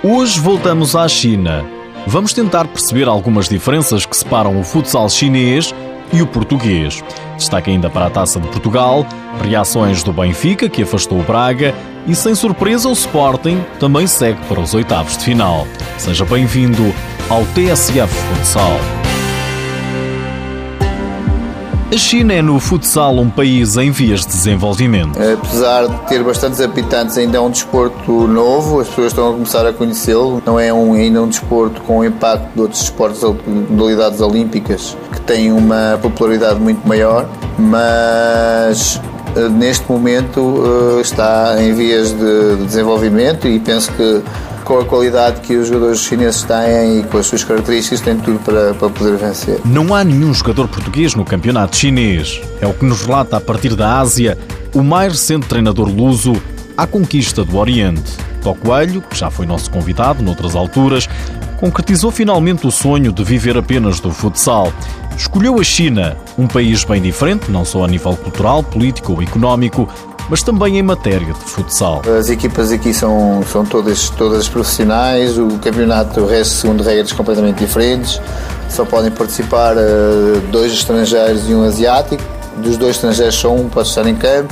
Hoje voltamos à China. Vamos tentar perceber algumas diferenças que separam o futsal chinês e o português. Destaque ainda para a Taça de Portugal, reações do Benfica, que afastou o Braga, e sem surpresa o Sporting também segue para os oitavos de final. Seja bem-vindo ao TSF Futsal. A China é no futsal um país em vias de desenvolvimento. Apesar de ter bastantes habitantes, ainda é um desporto novo, as pessoas estão a começar a conhecê-lo. Não é ainda um desporto com o impacto de outros desportos de modalidades olímpicas, que têm uma popularidade muito maior, mas neste momento está em vias de desenvolvimento e penso que com a qualidade que os jogadores chineses têm e com as suas características, têm tudo para poder vencer. Não há nenhum jogador português no campeonato chinês. É o que nos relata a partir da Ásia o mais recente treinador luso à conquista do Oriente. Tó Coelho, que já foi nosso convidado noutras alturas, concretizou finalmente o sonho de viver apenas do futsal. Escolheu a China, um país bem diferente, não só a nível cultural, político ou económico, mas também em matéria de futsal. As equipas aqui são todas profissionais, o campeonato rege segundo regras completamente diferentes, só podem participar 2 estrangeiros e um asiático, dos 2 estrangeiros só um pode estar em campo.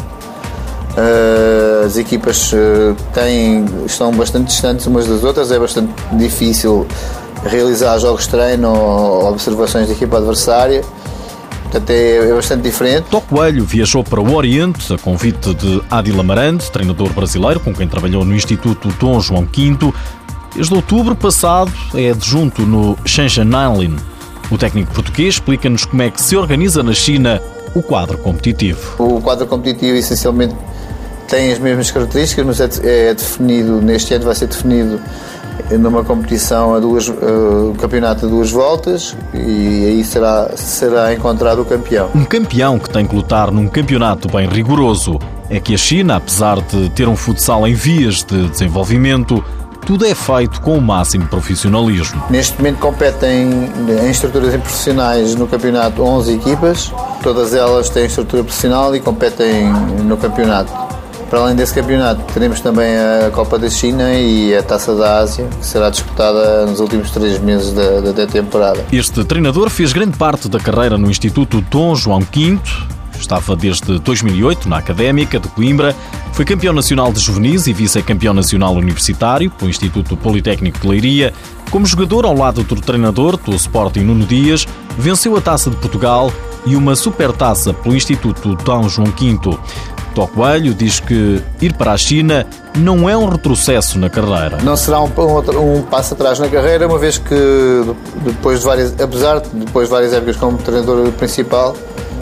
As equipas estão bastante distantes umas das outras, é bastante difícil realizar jogos de treino ou observações da equipa adversária. Portanto, é bastante diferente. Tó Coelho viajou para o Oriente a convite de Adil Amarante, treinador brasileiro com quem trabalhou no Instituto Dom João V. Desde outubro passado é adjunto no Shenzhen Nalin. O técnico português explica-nos como é que se organiza na China o quadro competitivo. O quadro competitivo essencialmente tem as mesmas características, mas é definido, neste ano vai ser definido numa competição o campeonato a 2 voltas, e aí será encontrado o campeão. Um campeão que tem que lutar num campeonato bem rigoroso. É que a China, apesar de ter um futsal em vias de desenvolvimento, tudo é feito com o máximo profissionalismo. Neste momento competem em estruturas profissionais no campeonato 11 equipas, todas elas têm estrutura profissional e competem no campeonato. Para além desse campeonato, teremos também a Copa da China e a Taça da Ásia, que será disputada nos últimos 3 meses da temporada. Este treinador fez grande parte da carreira no Instituto Dom João V, estava desde 2008 na Académica de Coimbra, foi campeão nacional de juvenis e vice-campeão nacional universitário pelo Instituto Politécnico de Leiria. Como jogador ao lado do treinador do Sporting Nuno Dias, venceu a Taça de Portugal e uma supertaça pelo Instituto Dom João V. Tó Coelho diz que ir para a China não é um retrocesso na carreira. Não será um passo atrás na carreira, uma vez que depois de várias épocas como treinador principal,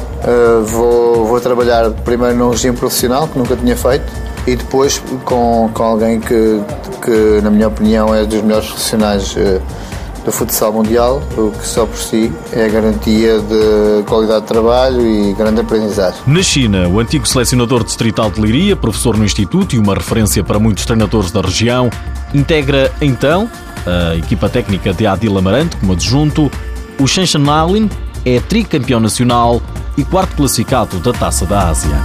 vou trabalhar primeiro num regime profissional, que nunca tinha feito, e depois com alguém que na minha opinião é dos melhores profissionais do futsal mundial, o que só por si é a garantia de qualidade de trabalho e grande aprendizagem. Na China, o antigo selecionador distrital de Leiria, professor no Instituto e uma referência para muitos treinadores da região, integra então a equipa técnica de Adil Amarante como adjunto. O Shenzhen Nalin é tricampeão nacional e 4º classificado da Taça da Ásia.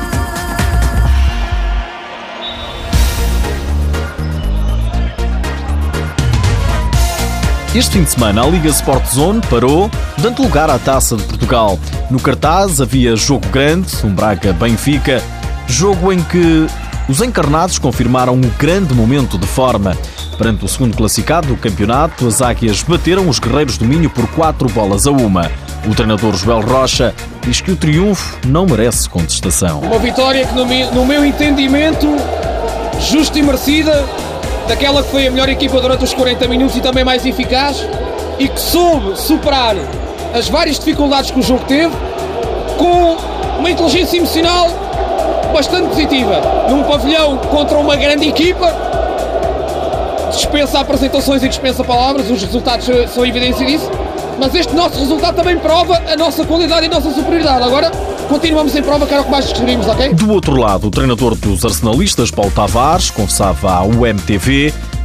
Este fim de semana, a Liga Sport Zone parou, dando lugar à Taça de Portugal. No cartaz havia jogo grande, um Braga-Benfica, jogo em que os encarnados confirmaram um grande momento de forma. Perante o 2º classificado do campeonato, as Águias bateram os Guerreiros do Minho por 4-1. O treinador Joel Rocha diz que o triunfo não merece contestação. Uma vitória que, no meu entendimento, justa e merecida, daquela que foi a melhor equipa durante os 40 minutos e também mais eficaz, e que soube superar as várias dificuldades que o jogo teve com uma inteligência emocional bastante positiva. Num pavilhão contra uma grande equipa, dispensa apresentações e dispensa palavras, os resultados são evidência disso, mas este nosso resultado também prova a nossa qualidade e a nossa superioridade. Agora continuamos em prova, que era o que mais queríamos, ok? Do outro lado, o treinador dos arsenalistas, Paulo Tavares, confessava à UMTV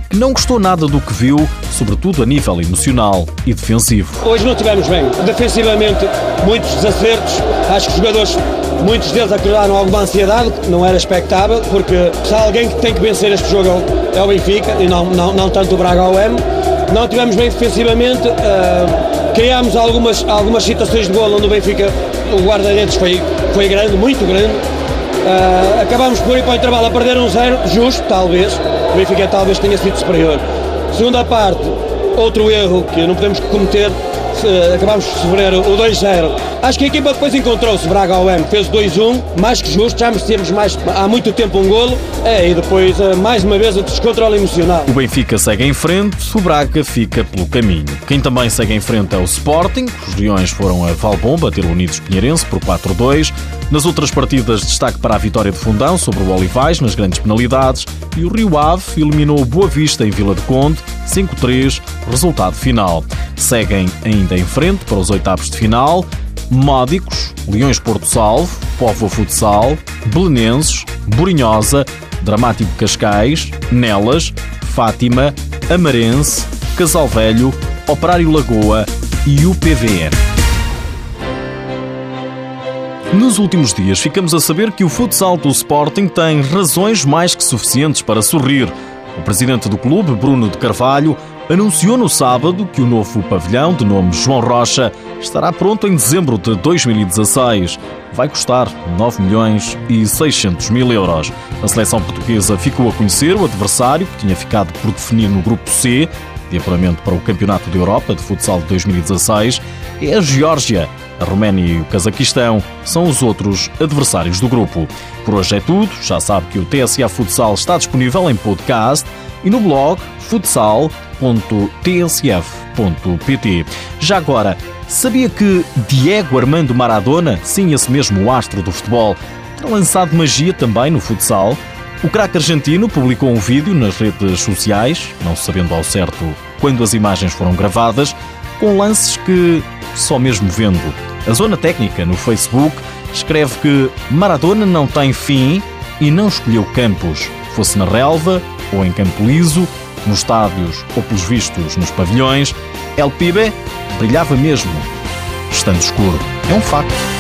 que não gostou nada do que viu, sobretudo a nível emocional e defensivo. Hoje não estivemos bem. Defensivamente, muitos desacertos. Acho que os jogadores, muitos deles acordaram alguma ansiedade, que não era expectável, porque se há alguém que tem que vencer este jogo é o Benfica, e não tanto o Braga ou o M. Não estivemos bem defensivamente, criámos algumas situações de golo onde o Benfica, o guarda-redes foi grande, muito grande. Acabámos por ir para o intervalo a perder 1-0, justo, talvez. O Benfica talvez tenha sido superior. Segunda parte, outro erro que não podemos cometer, acabámos de sofrer o 2-0. Acho que a equipa depois encontrou-se, Braga ao M, fez 2-1, mais que justo, já merecíamos há muito tempo um golo, e depois mais uma vez o descontrole emocional. O Benfica segue em frente, o Braga fica pelo caminho. Quem também segue em frente é o Sporting. Os Leões foram a Valbom bater o Unidos Pinheirense por 4-2. Nas outras partidas, destaque para a vitória de Fundão sobre o Olivais nas grandes penalidades, e o Rio Ave eliminou o Boa Vista em Vila de Conde, 5-3, resultado final. Seguem ainda em frente para os oitavos de final Módicos, Leões Porto Salvo, Póvoa Futsal, Belenenses, Borinhosa, Dramático Cascais, Nelas, Fátima, Amarense, Casal Velho, Operário Lagoa e o PVN. Nos últimos dias ficamos a saber que o futsal do Sporting tem razões mais que suficientes para sorrir. O presidente do clube, Bruno de Carvalho, anunciou no sábado que o novo pavilhão, de nome João Rocha, estará pronto em dezembro de 2016. Vai custar 9.600.000 euros. A seleção portuguesa ficou a conhecer o adversário, que tinha ficado por definir no grupo C, de apuramento para o Campeonato da Europa de Futsal de 2016, é a Geórgia. A Roménia e o Cazaquistão são os outros adversários do grupo. Por hoje é tudo. Já sabe que o TSA Futsal está disponível em podcast e no blog futsal.tsf.pt. Já agora, sabia que Diego Armando Maradona, sim, esse mesmo o astro do futebol, terá lançado magia também no futsal? O craque argentino publicou um vídeo nas redes sociais, não sabendo ao certo quando as imagens foram gravadas, com lances que só mesmo vendo. A Zona Técnica, no Facebook, escreve que Maradona não tem fim e não escolheu campos, fosse na relva ou em campo liso, nos estádios ou pelos vistos nos pavilhões. El Pibe brilhava mesmo, estando escuro. É um facto.